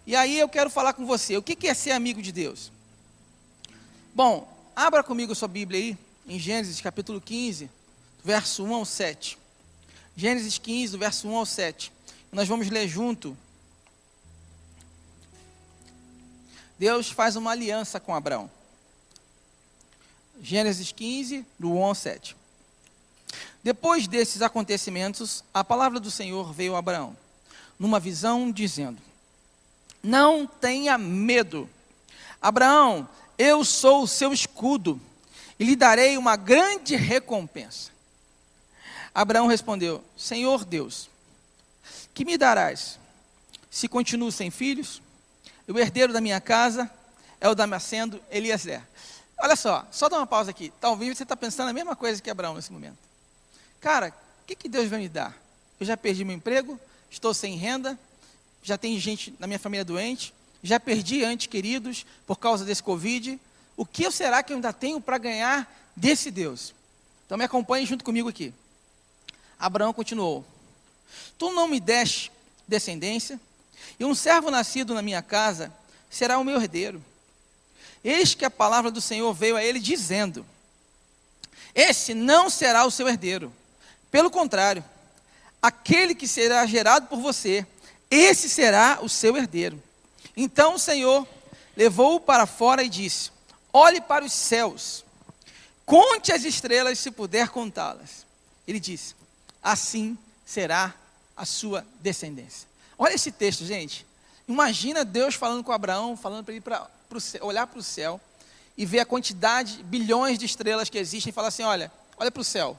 E aí eu quero falar com você, o que é ser amigo de Deus? Bom, abra comigo a sua Bíblia aí, em Gênesis capítulo 15, verso 1 ao 7. Gênesis 15, do verso 1 ao 7. Nós vamos ler junto. Deus faz uma aliança com Abraão. Gênesis 15, do 1 ao 7. Depois desses acontecimentos, a palavra do Senhor veio a Abraão, numa visão, dizendo: não tenha medo, Abraão, eu sou o seu escudo, e lhe darei uma grande recompensa. Abraão respondeu: Senhor Deus, que me darás, se continuo sem filhos? O herdeiro da minha casa é o Damasceno Eliezer. Olha só dá uma pausa aqui. Talvez você está pensando a mesma coisa que Abraão nesse momento. Cara, o que Deus vai me dar? Eu já perdi meu emprego, estou sem renda, já tem gente na minha família doente, já perdi entes queridos por causa desse Covid. O que será que eu ainda tenho para ganhar desse Deus? Então me acompanhe junto comigo aqui. Abraão continuou: tu não me deste descendência, e um servo nascido na minha casa será o meu herdeiro. Eis que a palavra do Senhor veio a ele dizendo: esse não será o seu herdeiro. Pelo contrário, aquele que será gerado por você, esse será o seu herdeiro. Então o Senhor levou-o para fora e disse: olhe para os céus, conte as estrelas se puder contá-las. Ele disse: assim será a sua descendência. Olha esse texto, gente. Imagina Deus falando com Abraão, falando para ele olhar para o céu e ver a quantidade, bilhões de estrelas que existem e falar assim: olha para o céu,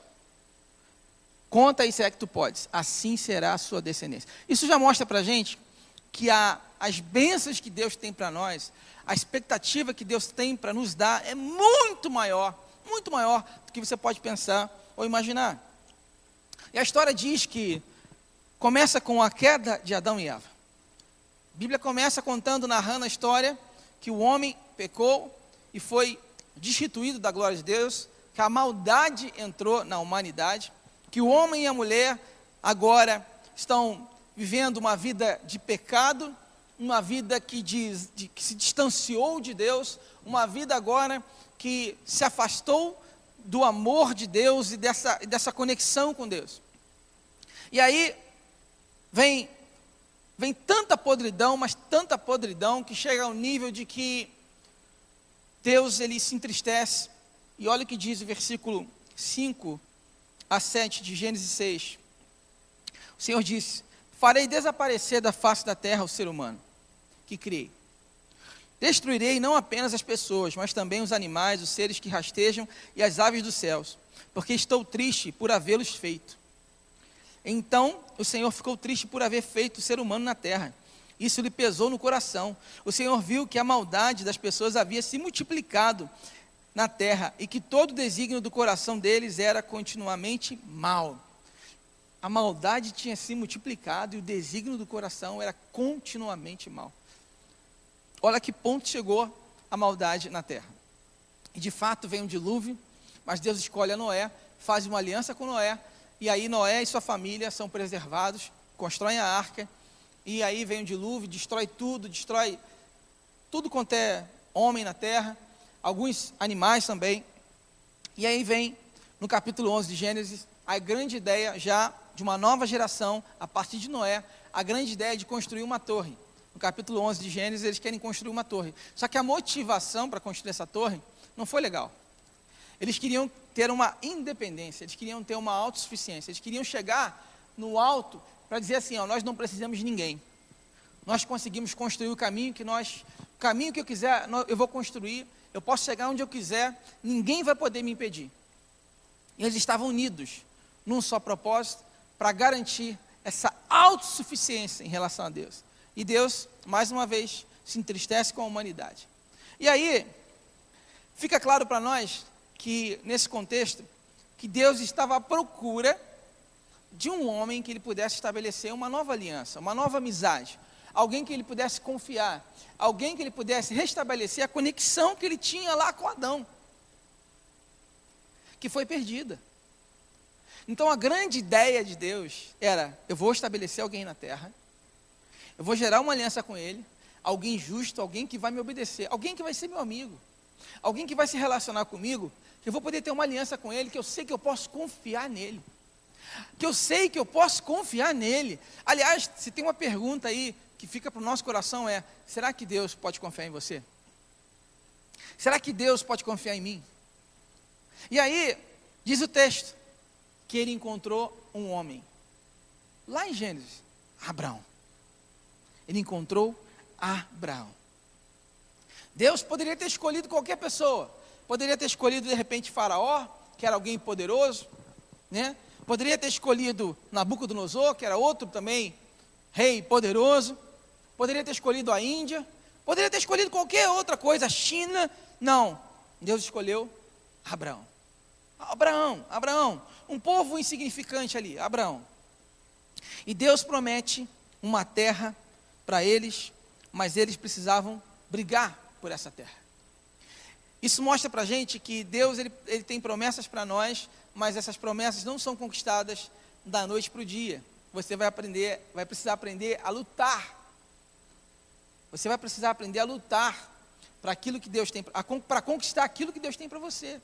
conta aí se é que tu podes, assim será a sua descendência. Isso já mostra para a gente que as bênçãos que Deus tem para nós, a expectativa que Deus tem para nos dar é muito maior do que você pode pensar ou imaginar. E a história diz que começa com a queda de Adão e Eva. A Bíblia começa narrando a história que o homem pecou e foi destituído da glória de Deus, que a maldade entrou na humanidade, que o homem e a mulher agora estão vivendo uma vida de pecado, uma vida que se distanciou de Deus, uma vida agora que se afastou do amor de Deus e dessa conexão com Deus. E aí vem tanta podridão, mas tanta podridão, que chega ao nível de que Deus ele se entristece. E olha o que diz o versículo 5 a 7 de Gênesis 6. O Senhor disse: farei desaparecer da face da terra o ser humano que criei. Destruirei não apenas as pessoas, mas também os animais, os seres que rastejam e as aves dos céus, porque estou triste por havê-los feito. Então o Senhor ficou triste por haver feito o ser humano na terra. Isso lhe pesou no coração. O Senhor viu que a maldade das pessoas havia se multiplicado na terra e que todo o desígnio do coração deles era continuamente mal. A maldade tinha se multiplicado e o desígnio do coração era continuamente mal. Olha que ponto chegou a maldade na terra. E de fato vem um dilúvio, mas Deus escolhe a Noé, faz uma aliança com Noé, e aí Noé e sua família são preservados, constroem a arca, e aí vem um dilúvio, destrói tudo quanto é homem na terra, alguns animais também. E aí vem, no capítulo 11 de Gênesis, a grande ideia já de uma nova geração, a partir de Noé, a grande ideia de construir uma torre. No capítulo 11 de Gênesis, eles querem construir uma torre. Só que a motivação para construir essa torre não foi legal. Eles queriam ter uma independência, eles queriam ter uma autossuficiência, eles queriam chegar no alto para dizer assim: ó, nós não precisamos de ninguém. Nós conseguimos construir o caminho que eu quiser, eu vou construir, eu posso chegar onde eu quiser, ninguém vai poder me impedir. E eles estavam unidos num só propósito, para garantir essa autossuficiência em relação a Deus. E Deus, mais uma vez, se entristece com a humanidade. E aí, fica claro para nós que, nesse contexto, que Deus estava à procura de um homem que ele pudesse estabelecer uma nova aliança, uma nova amizade, alguém que ele pudesse confiar, alguém que ele pudesse restabelecer a conexão que ele tinha lá com Adão, que foi perdida. Então a grande ideia de Deus era: eu vou estabelecer alguém na terra, eu vou gerar uma aliança com ele, alguém justo, alguém que vai me obedecer, alguém que vai ser meu amigo, alguém que vai se relacionar comigo, que eu vou poder ter uma aliança com ele, que eu sei que eu posso confiar nele. Que eu sei que eu posso confiar nele. Aliás, se tem uma pergunta aí que fica para o nosso coração será que Deus pode confiar em você? Será que Deus pode confiar em mim? E aí, diz o texto, que ele encontrou um homem. Lá em Gênesis, Abraão. Ele encontrou Abraão. Deus poderia ter escolhido qualquer pessoa. Poderia ter escolhido, de repente, Faraó, que era alguém poderoso, né? Poderia ter escolhido Nabucodonosor, que era outro também rei poderoso. Poderia ter escolhido a Índia. Poderia ter escolhido qualquer outra coisa, a China. Não, Deus escolheu Abraão. Abraão, um povo insignificante ali, Abraão. E Deus promete uma terra para eles, mas eles precisavam brigar por essa terra. Isso mostra para a gente que Deus ele tem promessas para nós, mas essas promessas não são conquistadas da noite para o dia. Você vai precisar aprender a lutar. Você vai precisar aprender a lutar para aquilo que Deus tem, para conquistar aquilo que Deus tem para você.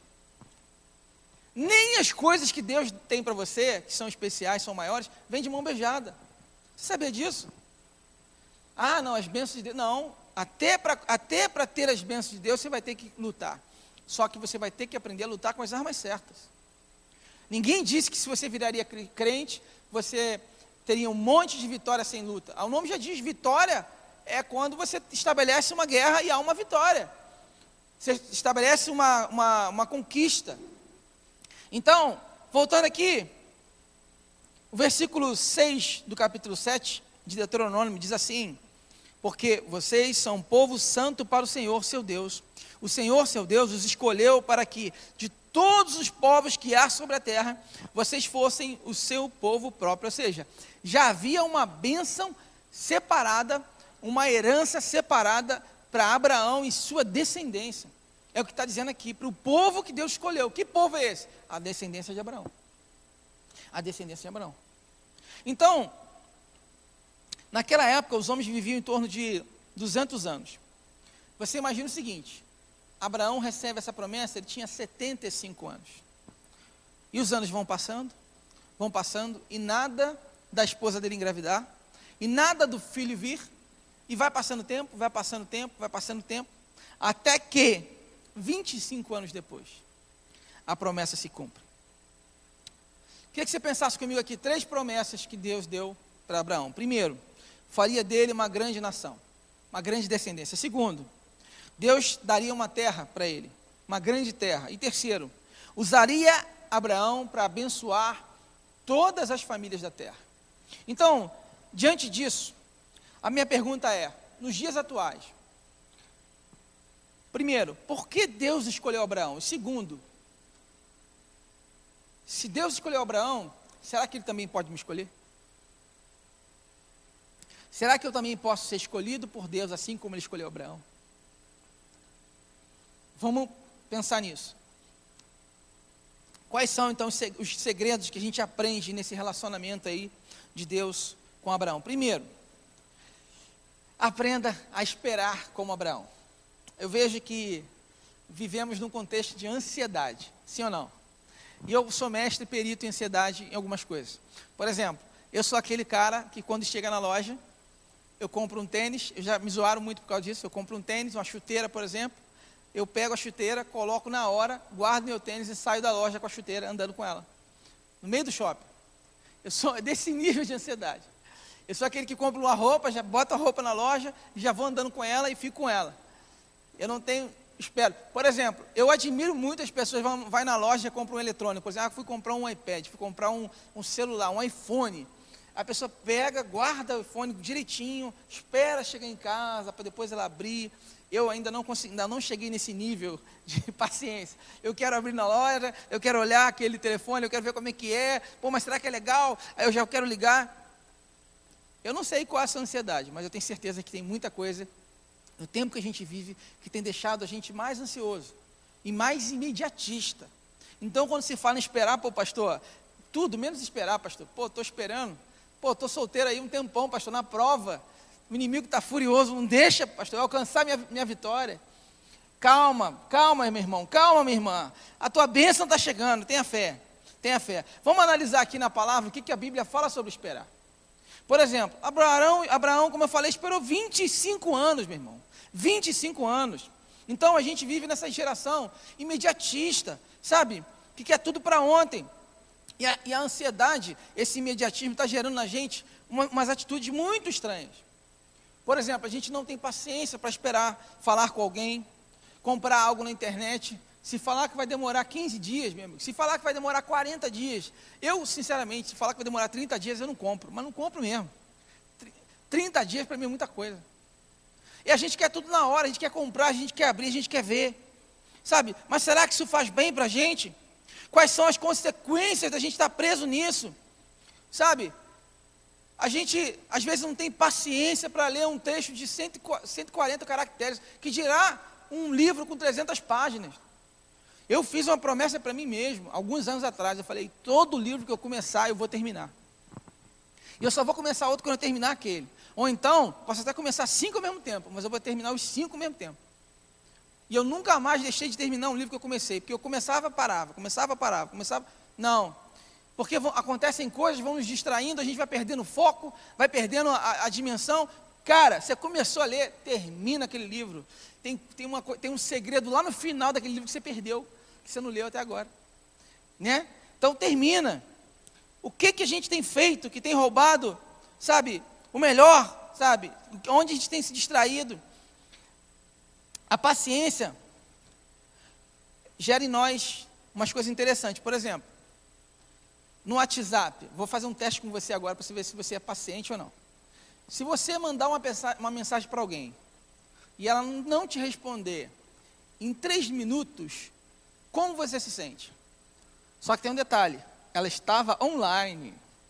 Nem as coisas que Deus tem para você, que são especiais, são maiores, vêm de mão beijada. Você sabia disso? Ah, não, as bênçãos de Deus. Não, até para ter as bênçãos de Deus, você vai ter que lutar. Só que você vai ter que aprender a lutar com as armas certas. Ninguém disse que se você viraria crente, você teria um monte de vitória sem luta. O nome já diz, vitória é quando você estabelece uma guerra e há uma vitória. Você estabelece uma conquista. Então, voltando aqui, o versículo 6 do capítulo 7 de Deuteronômio diz assim: porque vocês são povo santo para o Senhor seu Deus. O Senhor seu Deus os escolheu para que de todos os povos que há sobre a terra, vocês fossem o seu povo próprio. Ou seja, já havia uma bênção separada, uma herança separada para Abraão e sua descendência. É o que está dizendo aqui, para o povo que Deus escolheu. Que povo é esse? A descendência de Abraão. A descendência de Abraão. Então, naquela época, os homens viviam em torno de 200 anos. Você imagina o seguinte: Abraão recebe essa promessa, ele tinha 75 anos. E os anos vão passando, e nada da esposa dele engravidar, e nada do filho vir, e vai passando tempo, até que, 25 anos depois, a promessa se cumpre. Queria que você pensasse comigo aqui 3 promessas que Deus deu para Abraão. Primeiro, faria dele uma grande nação, uma grande descendência. Segundo, Deus daria uma terra para ele, uma grande terra. E terceiro, usaria Abraão para abençoar todas as famílias da terra. Então, diante disso, a minha pergunta é, nos dias atuais, primeiro, por que Deus escolheu Abraão? E segundo, se Deus escolheu Abraão, será que Ele também pode me escolher? Será que eu também posso ser escolhido por Deus, assim como Ele escolheu Abraão? Vamos pensar nisso. Quais são, então, os segredos que a gente aprende nesse relacionamento aí de Deus com Abraão? Primeiro, aprenda a esperar como Abraão. Eu vejo que vivemos num contexto de ansiedade, sim ou não? E eu sou mestre e perito em ansiedade em algumas coisas. Por exemplo, eu sou aquele cara que quando chega na loja, eu compro um tênis, eu já me zoaram muito por causa disso, eu compro um tênis, uma chuteira, por exemplo, eu pego a chuteira, coloco na hora, guardo meu tênis e saio da loja com a chuteira, andando com ela, no meio do shopping. Eu sou desse nível de ansiedade. Eu sou aquele que compra uma roupa, já boto a roupa na loja, já vou andando com ela e fico com ela. Eu não tenho, espero. Por exemplo, eu admiro muito as pessoas que vão na loja e compram um eletrônico. Por exemplo, fui comprar um iPad, fui comprar um celular, um iPhone. A pessoa pega, guarda o iPhone direitinho, espera chegar em casa, para depois ela abrir. Eu ainda não cheguei nesse nível de paciência. Eu quero abrir na loja, eu quero olhar aquele telefone, eu quero ver como é que é. Pô, mas será que é legal? Aí eu já quero ligar. Eu não sei qual é a sua ansiedade, mas eu tenho certeza que tem muita coisa no tempo que a gente vive que tem deixado a gente mais ansioso e mais imediatista. Então, quando se fala em esperar, pô, pastor, tudo menos esperar, pastor. Pô, estou esperando. Pô, estou solteiro aí um tempão, pastor, na prova. O inimigo está furioso, não deixa, pastor, eu alcançar minha vitória. Calma, calma, meu irmão, calma, minha irmã. A tua bênção está chegando, tenha fé, tenha fé. Vamos analisar aqui na palavra o que a Bíblia fala sobre esperar. Por exemplo, Abraão, como eu falei, esperou 25 anos, meu irmão. 25 anos. Então a gente vive nessa geração imediatista, sabe? Que quer tudo para ontem. E a ansiedade, esse imediatismo está gerando na gente umas atitudes muito estranhas. Por exemplo, a gente não tem paciência para esperar falar com alguém, comprar algo na internet. Se falar que vai demorar 15 dias, meu amigo, se falar que vai demorar 40 dias, eu, sinceramente, se falar que vai demorar 30 dias, eu não compro, mas não compro mesmo. 30 dias para mim é muita coisa. E a gente quer tudo na hora, a gente quer comprar, a gente quer abrir, a gente quer ver, sabe? Mas será que isso faz bem para a gente? Quais são as consequências da gente estar preso nisso? Sabe? A gente, às vezes, não tem paciência para ler um texto de 140 caracteres, que dirá um livro com 300 páginas. Eu fiz uma promessa para mim mesmo, alguns anos atrás, eu falei, todo livro que eu começar, eu vou terminar. E eu só vou começar outro quando eu terminar aquele. Ou então, posso até começar 5 ao mesmo tempo, mas eu vou terminar os 5 ao mesmo tempo. E eu nunca mais deixei de terminar um livro que eu comecei, porque eu começava, parava, não. Porque acontecem coisas, vão nos distraindo, a gente vai perdendo o foco, vai perdendo a dimensão. Cara, você começou a ler, termina aquele livro. Tem um segredo lá no final daquele livro que você perdeu, que você não leu até agora. Né? Então termina. O que a gente tem feito, que tem roubado, sabe, o melhor, sabe, onde a gente tem se distraído. A paciência gera em nós umas coisas interessantes. Por exemplo, no WhatsApp, vou fazer um teste com você agora, para você ver se você é paciente ou não. Se você mandar uma mensagem para alguém, e ela não te responder em 3 minutos, como você se sente? Só que tem um detalhe, ela estava online.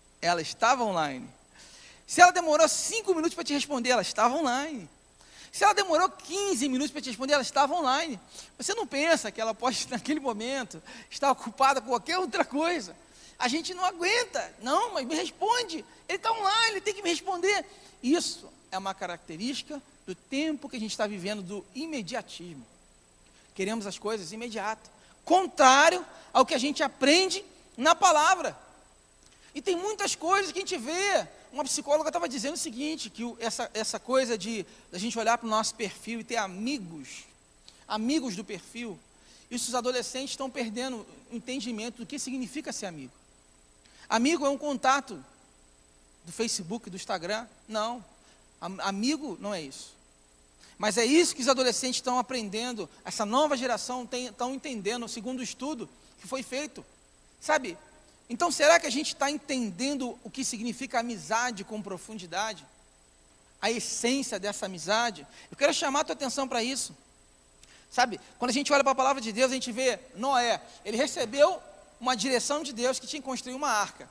Se ela demorou 5 minutos para te responder, ela estava online. Se ela demorou 15 minutos para te responder, ela estava online. Você não pensa que ela pode, naquele momento, estar ocupada com qualquer outra coisa. A gente não aguenta. Não, mas me responde. Ele está online, ele tem que me responder. Isso é uma característica do tempo que a gente está vivendo, do imediatismo. Queremos as coisas imediatas. Contrário ao que a gente aprende na palavra. E tem muitas coisas que a gente vê. Uma psicóloga estava dizendo o seguinte, que essa coisa da gente olhar para o nosso perfil e ter amigos do perfil, isso os adolescentes estão perdendo o entendimento do que significa ser amigo. Amigo é um contato do Facebook, do Instagram? Não. Amigo não é isso. Mas é isso que os adolescentes estão aprendendo, essa nova geração estão entendendo, segundo o estudo que foi feito. Sabe? Então, será que a gente está entendendo o que significa amizade com profundidade? A essência dessa amizade? Eu quero chamar a tua atenção para isso. Sabe, quando a gente olha para a palavra de Deus, a gente vê Noé, ele recebeu uma direção de Deus que tinha que construir uma arca.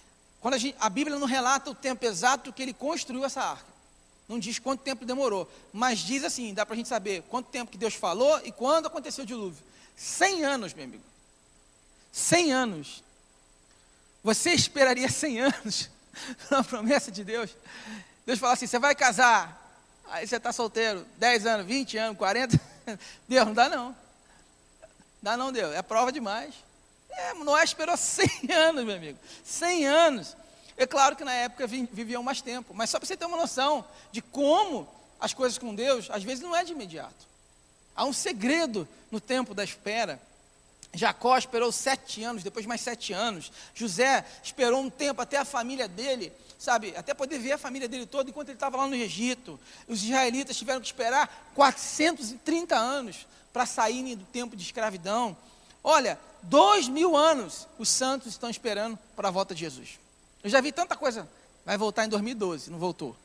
A Bíblia não relata o tempo exato que ele construiu essa arca. Não diz quanto tempo demorou, mas diz assim, dá para a gente saber quanto tempo que Deus falou e quando aconteceu o dilúvio. 100 anos, meu amigo. 100 anos. Você esperaria 100 anos na promessa de Deus? Deus fala assim, você vai casar, aí você está solteiro, 10 anos, 20 anos, 40, Deus, não dá não. Dá não, Deus, é prova demais. Noé esperou 100 anos, meu amigo, 100 anos. É claro que na época viviam mais tempo, mas só para você ter uma noção de como as coisas com Deus, às vezes não é de imediato. Há um segredo no tempo da espera. Jacó esperou 7 anos, depois mais 7 anos. José esperou um tempo até a família dele, sabe, até poder ver a família dele toda, enquanto ele estava lá no Egito. Os israelitas tiveram que esperar 430 anos para saírem do tempo de escravidão. Olha, 2000 anos os santos estão esperando para a volta de Jesus. Eu já vi tanta coisa. Vai voltar em 2012, não voltou.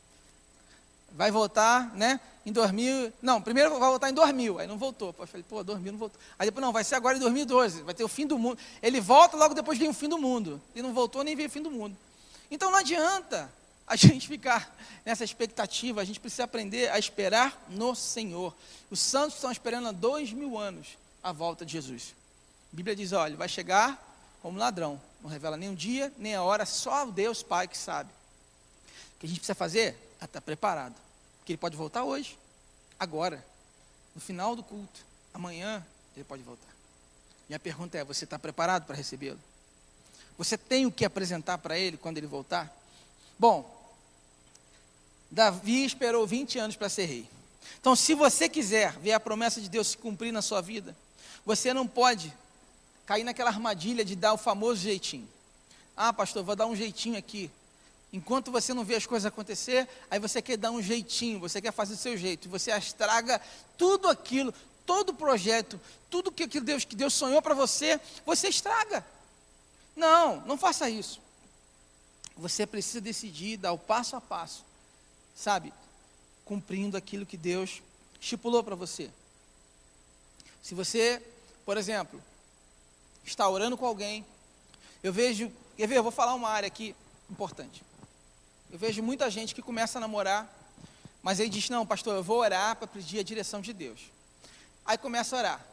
Vai voltar, né, em 2000. Não, primeiro vai voltar em 2000, aí não voltou. Eu falei, 2000 não voltou. Aí depois, não, vai ser agora em 2012, vai ter o fim do mundo. Ele volta, logo depois vem o fim do mundo. E não voltou, nem veio o fim do mundo. Então não adianta a gente ficar nessa expectativa, a gente precisa aprender a esperar no Senhor. Os santos estão esperando há 2000 anos a volta de Jesus. A Bíblia diz, olha, vai chegar como ladrão. Não revela nem o dia, nem a hora, só o Deus Pai que sabe. O que a gente precisa fazer? a estar preparado. Porque ele pode voltar hoje, agora, no final do culto, amanhã ele pode voltar. E a pergunta é, você está preparado para recebê-lo? Você tem o que apresentar para ele quando ele voltar? Bom, Davi esperou 20 anos para ser rei. Então, se você quiser ver a promessa de Deus se cumprir na sua vida, você não pode cair naquela armadilha de dar o famoso jeitinho. Ah, pastor, vou dar um jeitinho aqui. Enquanto você não vê as coisas acontecer, aí você quer dar um jeitinho, você quer fazer do seu jeito. E você estraga tudo aquilo, todo o projeto, tudo que Deus sonhou para você, você estraga. Não faça isso. Você precisa decidir, dar o passo a passo, sabe? Cumprindo aquilo que Deus estipulou para você. Se você, por exemplo, está orando com alguém, eu vou falar uma área aqui importante. Eu vejo muita gente que começa a namorar, mas aí diz, não, pastor, eu vou orar para pedir a direção de Deus. Aí começa a orar.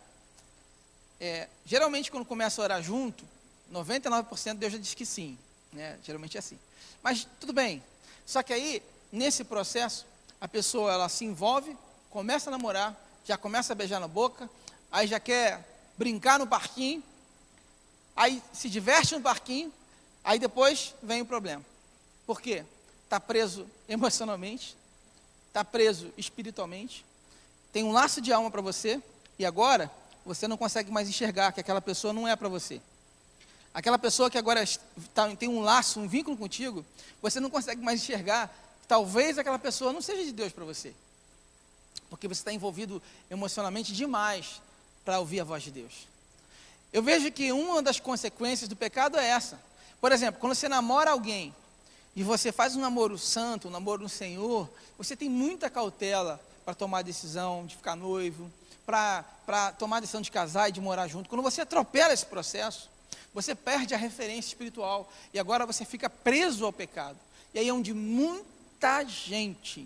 Geralmente, quando começa a orar junto, 99% Deus já diz que sim, né? Geralmente é assim. Mas tudo bem. Só que aí, nesse processo, a pessoa ela se envolve, começa a namorar, já começa a beijar na boca, aí já quer brincar no parquinho, aí se diverte no parquinho, aí depois vem o problema. Por quê? Está preso emocionalmente, está preso espiritualmente, tem um laço de alma para você, e agora você não consegue mais enxergar que aquela pessoa não é para você. Aquela pessoa que agora tem um laço, um vínculo contigo, você não consegue mais enxergar que talvez aquela pessoa não seja de Deus para você. Porque você está envolvido emocionalmente demais para ouvir a voz de Deus. Eu vejo que uma das consequências do pecado é essa. Por exemplo, quando você namora alguém, e você faz um namoro santo, um namoro no Senhor, você tem muita cautela para tomar a decisão de ficar noivo, para tomar a decisão de casar e de morar junto. Quando você atropela esse processo, você perde a referência espiritual, e agora você fica preso ao pecado. E aí é onde muita gente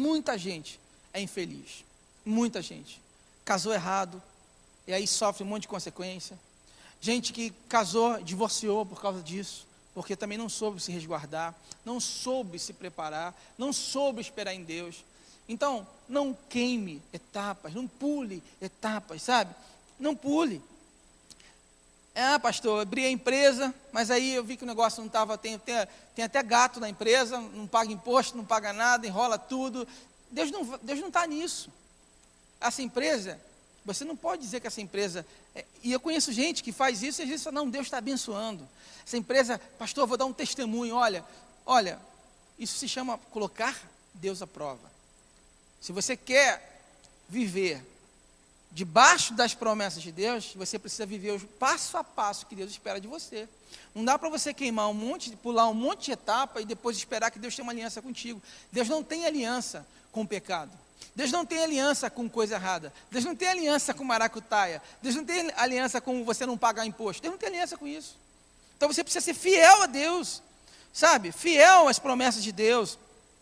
é infeliz. Muita gente. Casou errado, e aí sofre um monte de consequência. Gente que casou, divorciou por causa disso, porque também não soube se resguardar, não soube se preparar, não soube esperar em Deus. Então, não queime etapas, não pule etapas, sabe? Não pule. Pastor, eu abri a empresa, mas aí eu vi que o negócio não estava, tem até gato na empresa, não paga imposto, não paga nada, enrola tudo. Deus não está nisso. Essa empresa, você não pode dizer que essa empresa, e eu conheço gente que faz isso, e às vezes fala, não, Deus está abençoando. Essa empresa, pastor, vou dar um testemunho, olha, isso se chama colocar Deus à prova. Se você quer viver debaixo das promessas de Deus, você precisa viver o passo a passo que Deus espera de você. Não dá para você pular um monte de etapa e depois esperar que Deus tenha uma aliança contigo. Deus não tem aliança com o pecado. Deus não tem aliança com coisa errada. Deus não tem aliança com maracutaia. Deus não tem aliança com você não pagar imposto. Deus não tem aliança com isso. Então você precisa ser fiel a Deus, sabe? Fiel às promessas de Deus.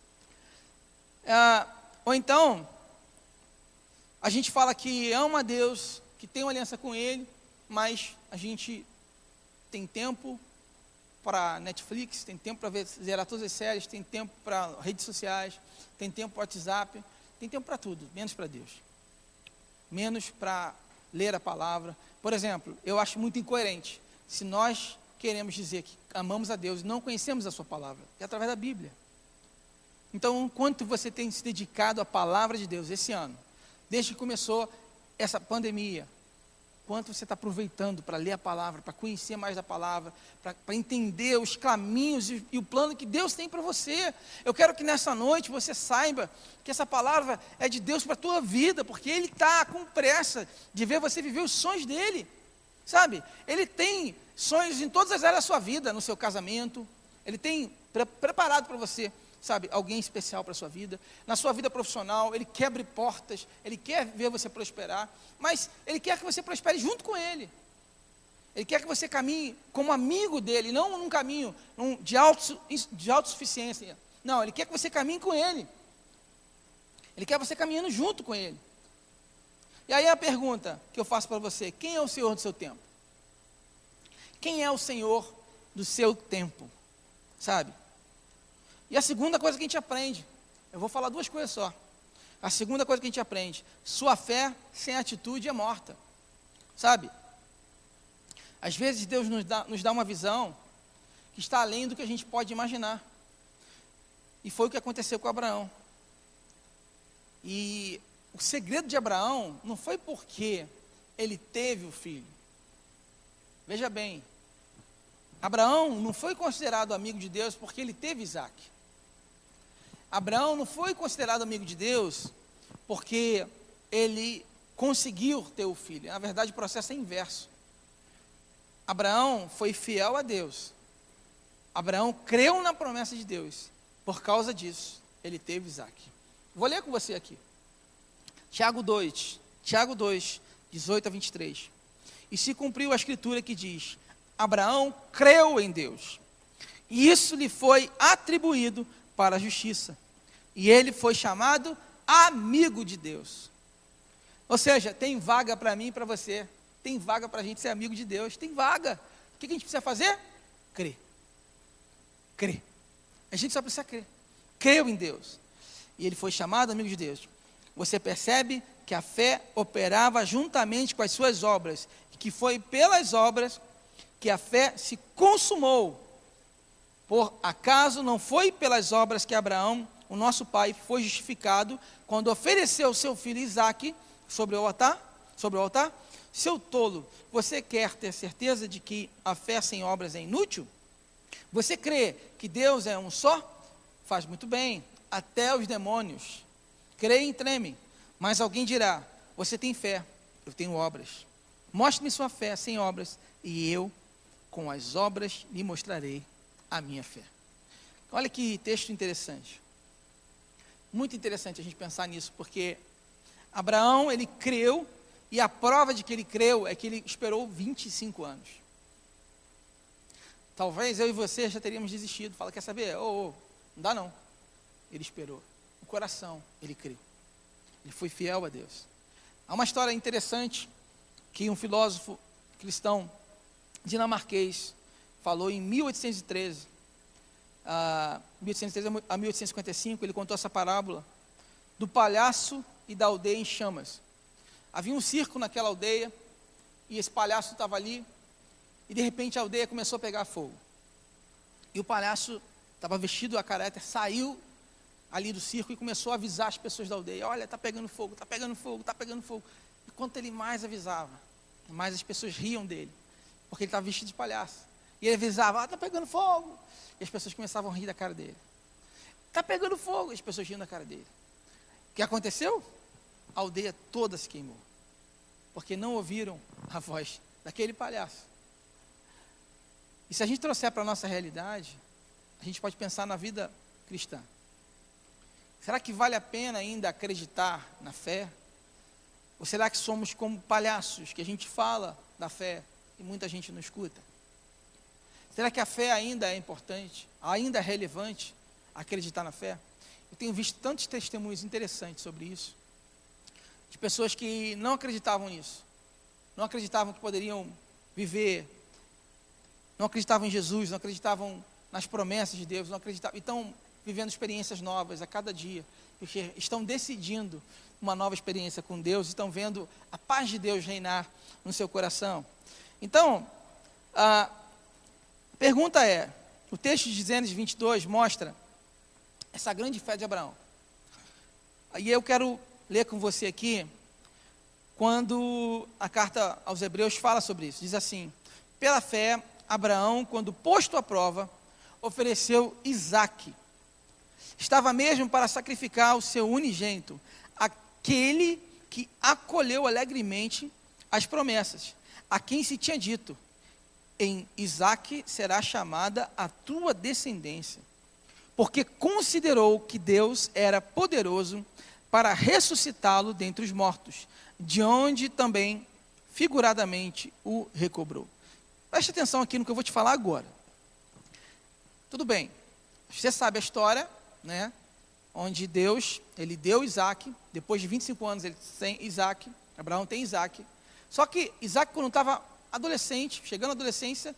Ou então, a gente fala que ama a Deus, que tem uma aliança com Ele, mas a gente tem tempo para Netflix, tem tempo para zerar todas as séries, tem tempo para redes sociais, tem tempo para WhatsApp, tem tempo para tudo, menos para Deus. Menos para ler a palavra. Por exemplo, eu acho muito incoerente, se nós queremos dizer que amamos a Deus e não conhecemos a sua palavra, é através da Bíblia. Então, quanto você tem se dedicado à palavra de Deus esse ano? Desde que começou essa pandemia, quanto você está aproveitando para ler a palavra, para conhecer mais da palavra, para entender os caminhos e o plano que Deus tem para você. Eu quero que nessa noite você saiba que essa palavra é de Deus para a tua vida, porque Ele está com pressa de ver você viver os sonhos dEle, sabe? Ele tem sonhos em todas as áreas da sua vida, no seu casamento, Ele tem preparado para você, sabe, alguém especial para a sua vida, na sua vida profissional. Ele quer abrir portas, Ele quer ver você prosperar, mas Ele quer que você prospere junto com Ele. Ele quer que você caminhe como amigo dEle, não num caminho de autossuficiência. Não, Ele quer que você caminhe com Ele. Ele quer você caminhando junto com Ele. E aí a pergunta que eu faço para você: quem é o Senhor do seu tempo? Quem é o Senhor do seu tempo? Sabe? E a segunda coisa que a gente aprende, eu vou falar duas coisas só. A segunda coisa que a gente aprende: sua fé sem atitude é morta. Sabe? Às vezes Deus nos dá uma visão que está além do que a gente pode imaginar. E foi o que aconteceu com Abraão. E o segredo de Abraão não foi porque ele teve o filho. Veja bem, Abraão não foi considerado amigo de Deus porque ele teve Isaac. Abraão não foi considerado amigo de Deus porque ele conseguiu ter o filho. Na verdade, o processo é inverso. Abraão foi fiel a Deus. Abraão creu na promessa de Deus. Por causa disso, ele teve Isaac. Vou ler com você aqui. Tiago 2, 18 a 23. E se cumpriu a escritura que diz: Abraão creu em Deus, e isso lhe foi atribuído para a justiça. E ele foi chamado amigo de Deus. Ou seja, tem vaga para mim e para você. Tem vaga para a gente ser amigo de Deus. Tem vaga. O que a gente precisa fazer? Crer. Crer. A gente só precisa crer. Creu em Deus. E ele foi chamado amigo de Deus. Você percebe que a fé operava juntamente com as suas obras. E que foi pelas obras que a fé se consumou. Por acaso não foi pelas obras que Abraão, o nosso pai, foi justificado quando ofereceu seu filho Isaque sobre o altar? Seu tolo, você quer ter certeza de que a fé sem obras é inútil? Você crê que Deus é um só? Faz muito bem, até os demônios creem e tremem. Mas alguém dirá: você tem fé, eu tenho obras. Mostre-me sua fé sem obras, e eu, com as obras, lhe mostrarei a minha fé. Olha que texto interessante. Muito interessante a gente pensar nisso, porque Abraão, ele creu, e a prova de que ele creu é que ele esperou 25 anos. Talvez eu e você já teríamos desistido. Fala, quer saber? Não dá não. Ele esperou. O coração, ele creu. Ele foi fiel a Deus. Há uma história interessante que um filósofo cristão dinamarquês falou em 1813. 1813 a 1855, ele contou essa parábola do palhaço e da aldeia em chamas. Havia um circo naquela aldeia, e esse palhaço estava ali, e de repente a aldeia começou a pegar fogo. E o palhaço estava vestido a caráter, saiu ali do circo e começou a avisar as pessoas da aldeia: olha, está pegando fogo, está pegando fogo, está pegando fogo. E quanto ele mais avisava, mais as pessoas riam dele, porque ele estava vestido de palhaço. E ele avisava: está pegando fogo. E as pessoas começavam a rir da cara dele. Está pegando fogo. E as pessoas riam da cara dele. O que aconteceu? A aldeia toda se queimou, porque não ouviram a voz daquele palhaço. E se a gente trouxer para a nossa realidade, a gente pode pensar na vida cristã. Será que vale a pena ainda acreditar na fé? Ou será que somos como palhaços, que a gente fala da fé e muita gente não escuta? Será que a fé ainda é importante, ainda é relevante acreditar na fé? Eu tenho visto tantos testemunhos interessantes sobre isso, de pessoas que não acreditavam nisso, não acreditavam que poderiam viver, não acreditavam em Jesus, não acreditavam nas promessas de Deus, não acreditavam, e estão vivendo experiências novas a cada dia, porque estão decidindo uma nova experiência com Deus, estão vendo a paz de Deus reinar no seu coração. Então, a pergunta é, o texto de Gênesis 22 mostra essa grande fé de Abraão. E eu quero ler com você aqui, quando a carta aos Hebreus fala sobre isso. Diz assim: pela fé, Abraão, quando posto à prova, ofereceu Isaque. Estava mesmo para sacrificar o seu unigênito, aquele que acolheu alegremente as promessas, a quem se tinha dito: em Isaque será chamada a tua descendência, porque considerou que Deus era poderoso para ressuscitá-lo dentre os mortos, de onde também figuradamente o recobrou. Preste atenção aqui no que eu vou te falar agora. Tudo bem, você sabe a história, né? Onde Deus, ele deu Isaque, depois de 25 anos ele tem Isaque, Abraão tem Isaque. Só que Isaque, quando estava adolescente, chegando à adolescência,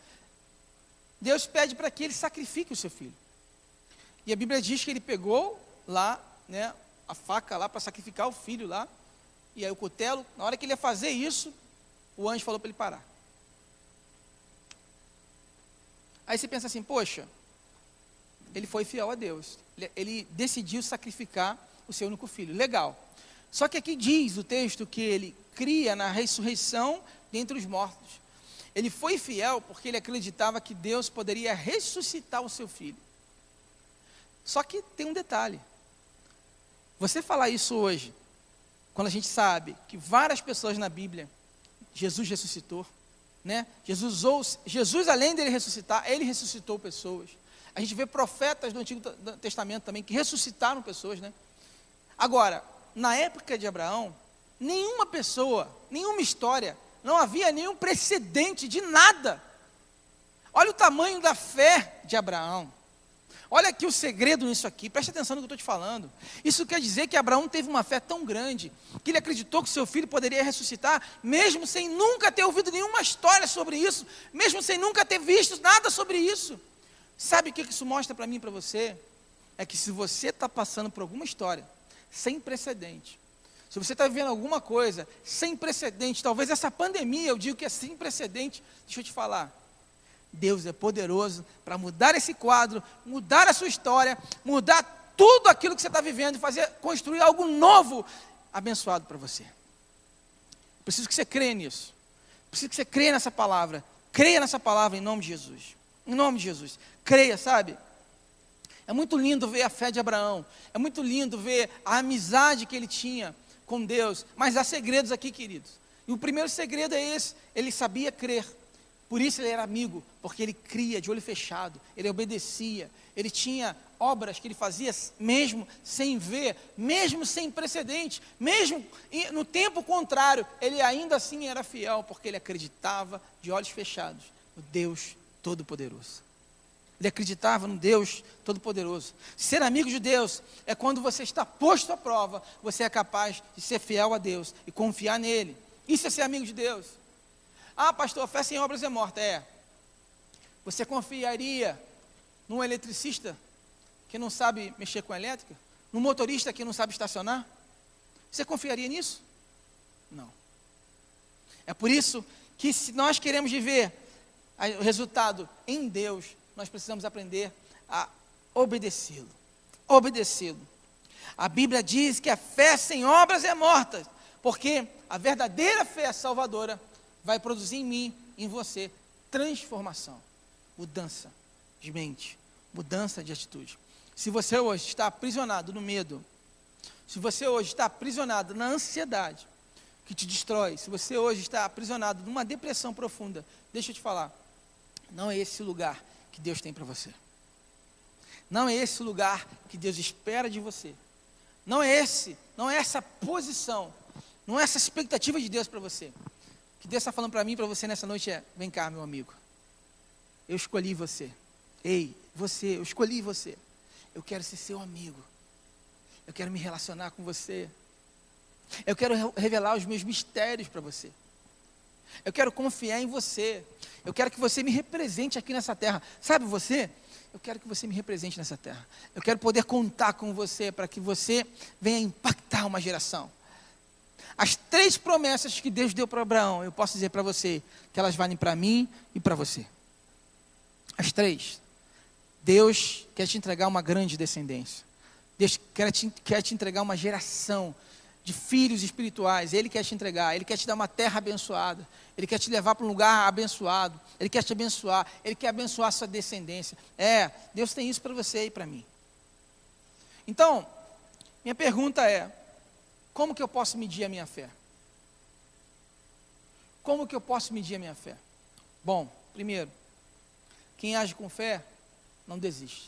Deus pede para que ele sacrifique o seu filho. E a Bíblia diz que ele pegou lá né, a faca lá para sacrificar o filho lá, e aí o cutelo, na hora que ele ia fazer isso, o anjo falou para ele parar. Aí você pensa assim, poxa, ele foi fiel a Deus, ele decidiu sacrificar o seu único filho, legal. Só que aqui diz o texto que ele cria na ressurreição dentre os mortos. Ele foi fiel porque ele acreditava que Deus poderia ressuscitar o seu filho. Só que tem um detalhe. Você falar isso hoje, quando a gente sabe que várias pessoas na Bíblia, Jesus ressuscitou, né? Jesus, além dele ressuscitar, ele ressuscitou pessoas. A gente vê profetas do Antigo Testamento também que ressuscitaram pessoas, né? Agora, na época de Abraão, nenhuma pessoa, nenhuma história, não havia nenhum precedente de nada. Olha o tamanho da fé de Abraão. Olha aqui o segredo nisso aqui, preste atenção no que eu estou te falando. Isso quer dizer que Abraão teve uma fé tão grande, que ele acreditou que seu filho poderia ressuscitar, mesmo sem nunca ter ouvido nenhuma história sobre isso, mesmo sem nunca ter visto nada sobre isso. Sabe o que isso mostra para mim e para você? É que se você está passando por alguma história, sem precedente, se você está vivendo alguma coisa sem precedente, talvez essa pandemia, eu digo que é sem precedente, deixa eu te falar, Deus é poderoso para mudar esse quadro, mudar a sua história, mudar tudo aquilo que você está vivendo e construir algo novo, abençoado para você. Preciso que você creia nisso, preciso que você creia nessa palavra em nome de Jesus, em nome de Jesus, creia, sabe? É muito lindo ver a fé de Abraão, é muito lindo ver a amizade que ele tinha com Deus, mas há segredos aqui, queridos. E o primeiro segredo é esse, ele sabia crer. Por isso ele era amigo, porque ele cria de olho fechado, ele obedecia, ele tinha obras que ele fazia mesmo sem ver, mesmo sem precedente, mesmo no tempo contrário, ele ainda assim era fiel, porque ele acreditava de olhos fechados no Deus Todo-Poderoso. Ele acreditava no Deus Todo-Poderoso. Ser amigo de Deus é quando você está posto à prova, você é capaz de ser fiel a Deus e confiar nele. Isso é ser amigo de Deus. Ah, pastor, a fé sem obras é morta. É. Você confiaria num eletricista que não sabe mexer com elétrica? Num motorista que não sabe estacionar? Você confiaria nisso? Não. É por isso que se nós queremos viver o resultado em Deus, nós precisamos aprender a obedecê-lo. Obedecê-lo. A Bíblia diz que a fé sem obras é morta, porque a verdadeira fé salvadora vai produzir em mim, em você, transformação, mudança de mente, mudança de atitude. Se você hoje está aprisionado no medo, se você hoje está aprisionado na ansiedade, que te destrói, se você hoje está aprisionado numa depressão profunda, deixa eu te falar, não é esse o lugar que Deus tem para você. Não é esse o lugar que Deus espera de você. Não é essa posição, não é essa expectativa de Deus para você. O que Deus está falando para mim e para você nessa noite é, vem cá, meu amigo, eu escolhi você. Ei, você, eu escolhi você. Eu quero ser seu amigo. Eu quero me relacionar com você. Eu quero revelar os meus mistérios para você. Eu quero confiar em você. Eu quero que você me represente aqui nessa terra. Sabe você? Eu quero que você me represente nessa terra. Eu quero poder contar com você para que você venha impactar uma geração. As 3 promessas que Deus deu para Abraão, eu posso dizer para você que elas valem para mim e para você. As 3. Deus quer te entregar uma grande descendência. Deus quer te entregar uma geração de filhos espirituais. Ele quer te entregar, Ele quer te dar uma terra abençoada, Ele quer te levar para um lugar abençoado, Ele quer te abençoar, Ele quer abençoar a sua descendência. Deus tem isso para você e para mim. Então, minha pergunta é, como que eu posso medir a minha fé? Como que eu posso medir a minha fé? Bom, primeiro, quem age com fé, não desiste.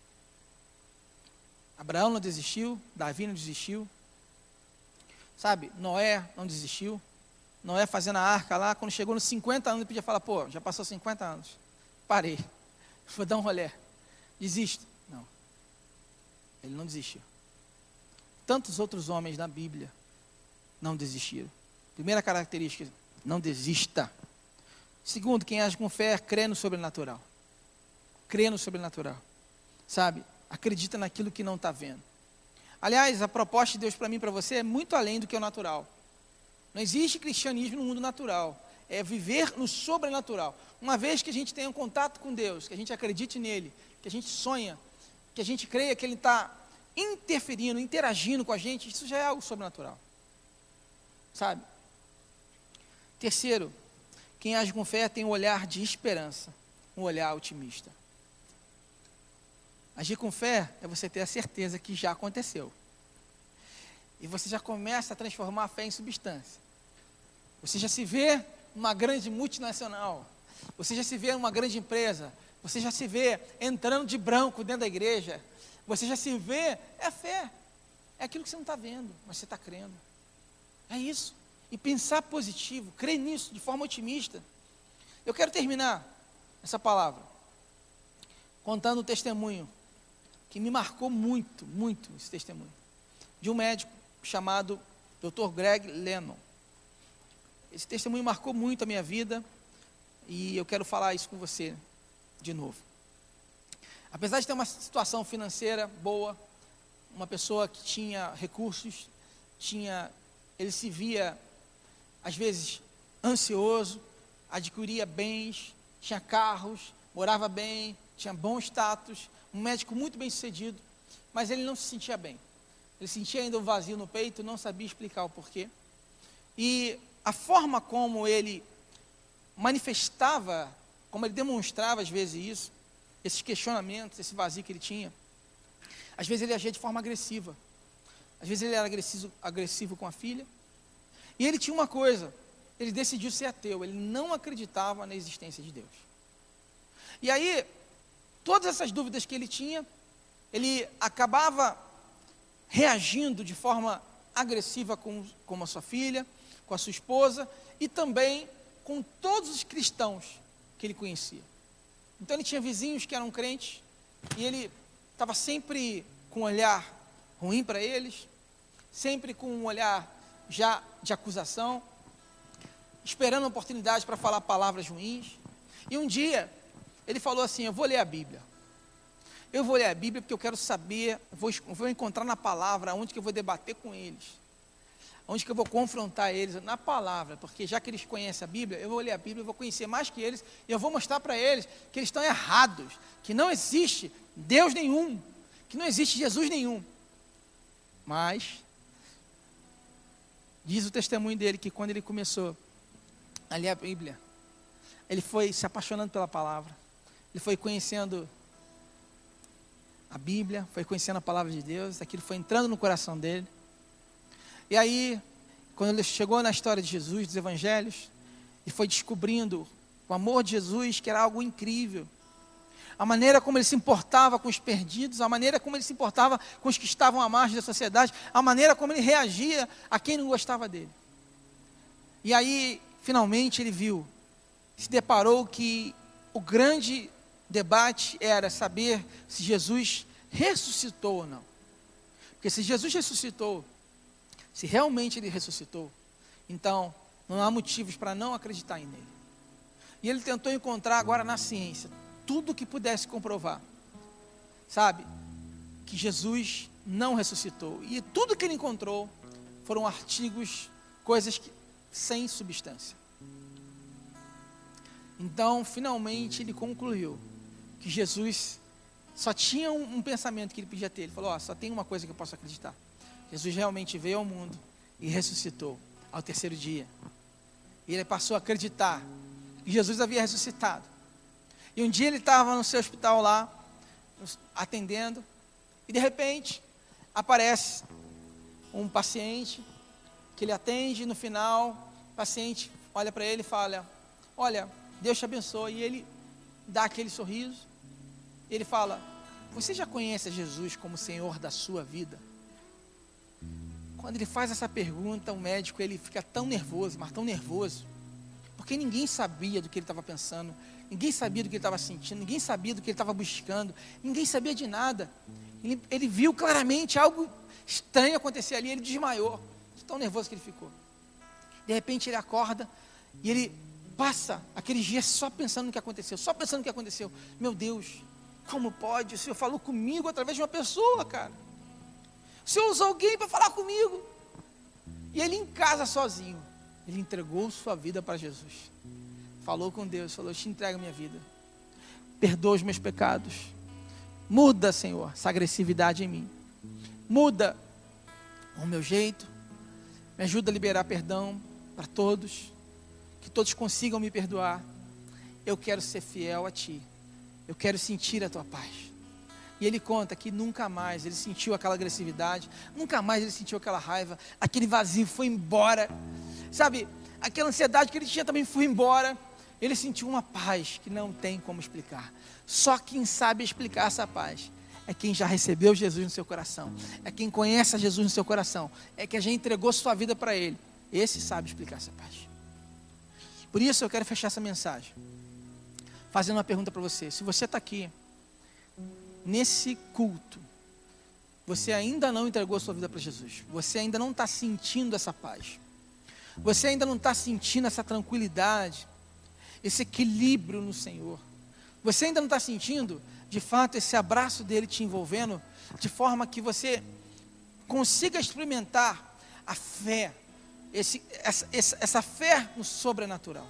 Abraão não desistiu, Davi não desistiu. Sabe, Noé não desistiu. Noé fazendo a arca lá, quando chegou nos 50 anos, ele podia falar, pô, já passou 50 anos. Parei, vou dar um rolê. Desisto. Não. Ele não desistiu. Tantos outros homens na Bíblia não desistiram. Primeira característica, não desista. Segundo, quem age com fé, crê no sobrenatural. Crê no sobrenatural. Sabe, acredita naquilo que não está vendo. Aliás, a proposta de Deus para mim e para você é muito além do que é o natural. Não existe cristianismo no mundo natural. É viver no sobrenatural. Uma vez que a gente tenha um contato com Deus, que a gente acredite nele, que a gente sonha, que a gente creia que ele está interferindo, interagindo com a gente, isso já é algo sobrenatural. Sabe? Terceiro, quem age com fé tem um olhar de esperança, um olhar otimista. Agir com fé é você ter a certeza que já aconteceu. E você já começa a transformar a fé em substância. Você já se vê numa grande multinacional. Você já se vê numa grande empresa. Você já se vê entrando de branco dentro da igreja. Você já se vê, é fé. É aquilo que você não está vendo, mas você está crendo. É isso. E pensar positivo, crer nisso de forma otimista. Eu quero terminar essa palavra contando um testemunho que me marcou muito, muito esse testemunho, de um médico chamado Dr. Greg Lennon. Esse testemunho marcou muito a minha vida e eu quero falar isso com você de novo. Apesar de ter uma situação financeira boa, uma pessoa que tinha recursos, ele se via, às vezes, ansioso, adquiria bens, tinha carros, morava bem, tinha bom status, um médico muito bem sucedido, mas ele não se sentia bem. Ele sentia ainda um vazio no peito, não sabia explicar o porquê. E a forma como ele manifestava, como ele demonstrava às vezes isso, esses questionamentos, esse vazio que ele tinha, às vezes ele agia de forma agressiva. Às vezes ele era agressivo com a filha. E ele tinha uma coisa, ele decidiu ser ateu, ele não acreditava na existência de Deus. E aí, todas essas dúvidas que ele tinha, ele acabava reagindo de forma agressiva com a sua filha, com a sua esposa e também com todos os cristãos que ele conhecia. Então ele tinha vizinhos que eram crentes e ele estava sempre com um olhar ruim para eles, sempre com um olhar já de acusação, esperando a oportunidade para falar palavras ruins. E um dia ele falou assim: eu vou ler a Bíblia. Eu vou ler a Bíblia porque eu quero saber, vou encontrar na palavra onde que eu vou debater com eles, onde que eu vou confrontar eles na palavra, porque já que eles conhecem a Bíblia, eu vou ler a Bíblia, eu vou conhecer mais que eles, e eu vou mostrar para eles que eles estão errados, que não existe Deus nenhum, que não existe Jesus nenhum. Mas, diz o testemunho dele que quando ele começou a ler a Bíblia, ele foi se apaixonando pela palavra, ele foi conhecendo a Bíblia, foi conhecendo a palavra de Deus, aquilo foi entrando no coração dele. E aí, quando ele chegou na história de Jesus, dos evangelhos, e foi descobrindo o amor de Jesus, que era algo incrível, a maneira como ele se importava com os perdidos, a maneira como ele se importava com os que estavam à margem da sociedade, a maneira como ele reagia a quem não gostava dele. E aí, finalmente, ele viu, se deparou que o grande debate era saber se Jesus ressuscitou ou não. Porque se Jesus ressuscitou, se realmente ele ressuscitou, então não há motivos para não acreditar nele. E ele tentou encontrar agora na ciência tudo que pudesse comprovar, sabe, que Jesus não ressuscitou. E tudo que ele encontrou foram artigos, coisas sem substância. Então, finalmente, ele concluiu que Jesus só tinha um pensamento que ele podia ter. Ele falou: só tem uma coisa que eu posso acreditar. Jesus realmente veio ao mundo e ressuscitou ao terceiro dia. E ele passou a acreditar que Jesus havia ressuscitado. E um dia ele estava no seu hospital lá, atendendo, e de repente aparece um paciente que ele atende. No final, o paciente olha para ele e fala: olha, Deus te abençoe. E ele dá aquele sorriso. Ele fala: você já conhece Jesus como Senhor da sua vida? Quando ele faz essa pergunta, o médico ele fica tão nervoso, mas tão nervoso, porque ninguém sabia do que ele estava pensando, ninguém sabia do que ele estava sentindo, ninguém sabia do que ele estava buscando, ninguém sabia de nada. Ele viu claramente algo estranho acontecer ali, ele desmaiou, de tão nervoso que ele ficou. De repente ele acorda e ele passa aqueles dias só pensando no que aconteceu, só pensando no que aconteceu. Meu Deus, como pode? O Senhor falou comigo através de uma pessoa, cara. O Senhor usou alguém para falar comigo. E ele em casa sozinho, ele entregou sua vida para Jesus. Falou com Deus, falou: eu te entrego a minha vida. Perdoa os meus pecados. Muda, Senhor, essa agressividade em mim. Muda o meu jeito. Me ajuda a liberar perdão para todos. Que todos consigam me perdoar. Eu quero ser fiel a Ti. Eu quero sentir a Tua paz. E ele conta que nunca mais ele sentiu aquela agressividade. Nunca mais ele sentiu aquela raiva. Aquele vazio foi embora. Sabe, aquela ansiedade que ele tinha também foi embora. Ele sentiu uma paz que não tem como explicar. Só quem sabe explicar essa paz é quem já recebeu Jesus no seu coração. É quem conhece a Jesus no seu coração. É quem já entregou sua vida para Ele. Esse sabe explicar essa paz. Por isso eu quero fechar essa mensagem fazendo uma pergunta para você. Se você está aqui nesse culto, você ainda não entregou sua vida para Jesus. Você ainda não está sentindo essa paz. Você ainda não está sentindo essa tranquilidade, esse equilíbrio no Senhor. Você ainda não está sentindo, de fato, esse abraço dele te envolvendo, de forma que você consiga experimentar a fé, essa fé no sobrenatural.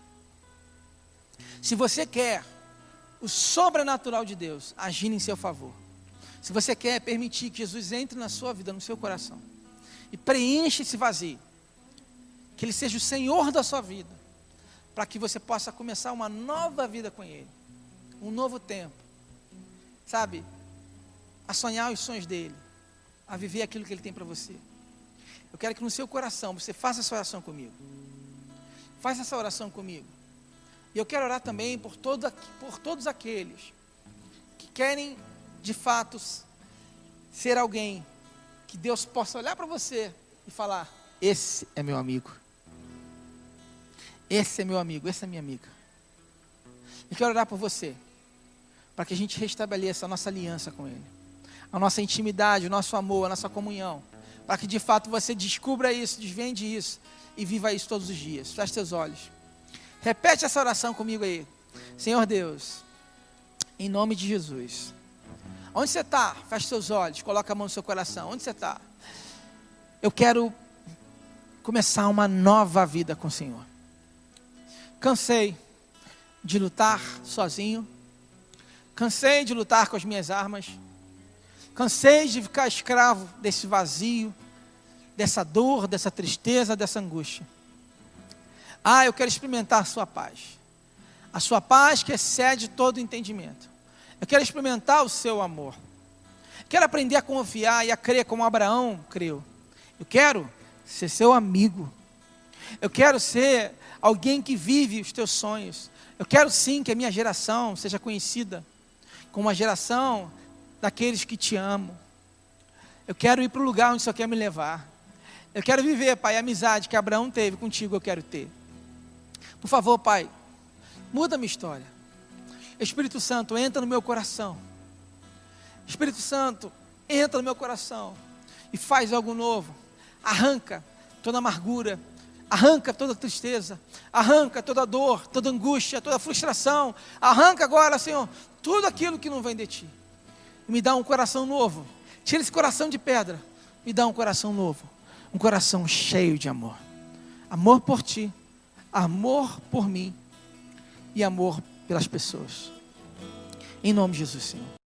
Se você quer o sobrenatural de Deus agindo em seu favor, se você quer permitir que Jesus entre na sua vida, no seu coração, e preencha esse vazio, que Ele seja o Senhor da sua vida, para que você possa começar uma nova vida com Ele, um novo tempo, sabe, a sonhar os sonhos dEle, a viver aquilo que Ele tem para você. Eu quero que no seu coração você faça essa oração comigo. Faça essa oração comigo. E eu quero orar também por todos aqueles que querem, de fato, ser alguém que Deus possa olhar para você e falar: esse é meu amigo. Esse é meu amigo, essa é minha amiga. Eu quero orar por você, para que a gente restabeleça a nossa aliança com Ele, a nossa intimidade, o nosso amor, a nossa comunhão, para que de fato você descubra isso, desvende isso e viva isso todos os dias. Feche seus olhos. Repete essa oração comigo aí. Senhor Deus, em nome de Jesus. Onde você está? Feche seus olhos, coloca a mão no seu coração. Onde você está? Eu quero começar uma nova vida com o Senhor. Cansei de lutar sozinho. Cansei de lutar com as minhas armas. Cansei de ficar escravo desse vazio, dessa dor, dessa tristeza, dessa angústia. Eu quero experimentar a sua paz. A sua paz que excede todo entendimento. Eu quero experimentar o seu amor. Quero aprender a confiar e a crer como Abraão creu. Eu quero ser seu amigo. Eu quero ser alguém que vive os teus sonhos. Eu quero sim que a minha geração seja conhecida como uma geração daqueles que te amam. Eu quero ir para o lugar onde o Senhor quer me levar. Eu quero viver, Pai, a amizade que Abraão teve contigo, eu quero ter. Por favor, Pai, muda a minha história. Espírito Santo, entra no meu coração. Espírito Santo, entra no meu coração e faz algo novo. Arranca toda amargura, arranca toda tristeza, arranca toda dor, toda angústia, toda frustração. Arranca agora, Senhor, tudo aquilo que não vem de Ti. E me dá um coração novo. Tira esse coração de pedra, me dá um coração novo. Um coração cheio de amor. Amor por Ti, amor por mim e amor pelas pessoas. Em nome de Jesus, Senhor.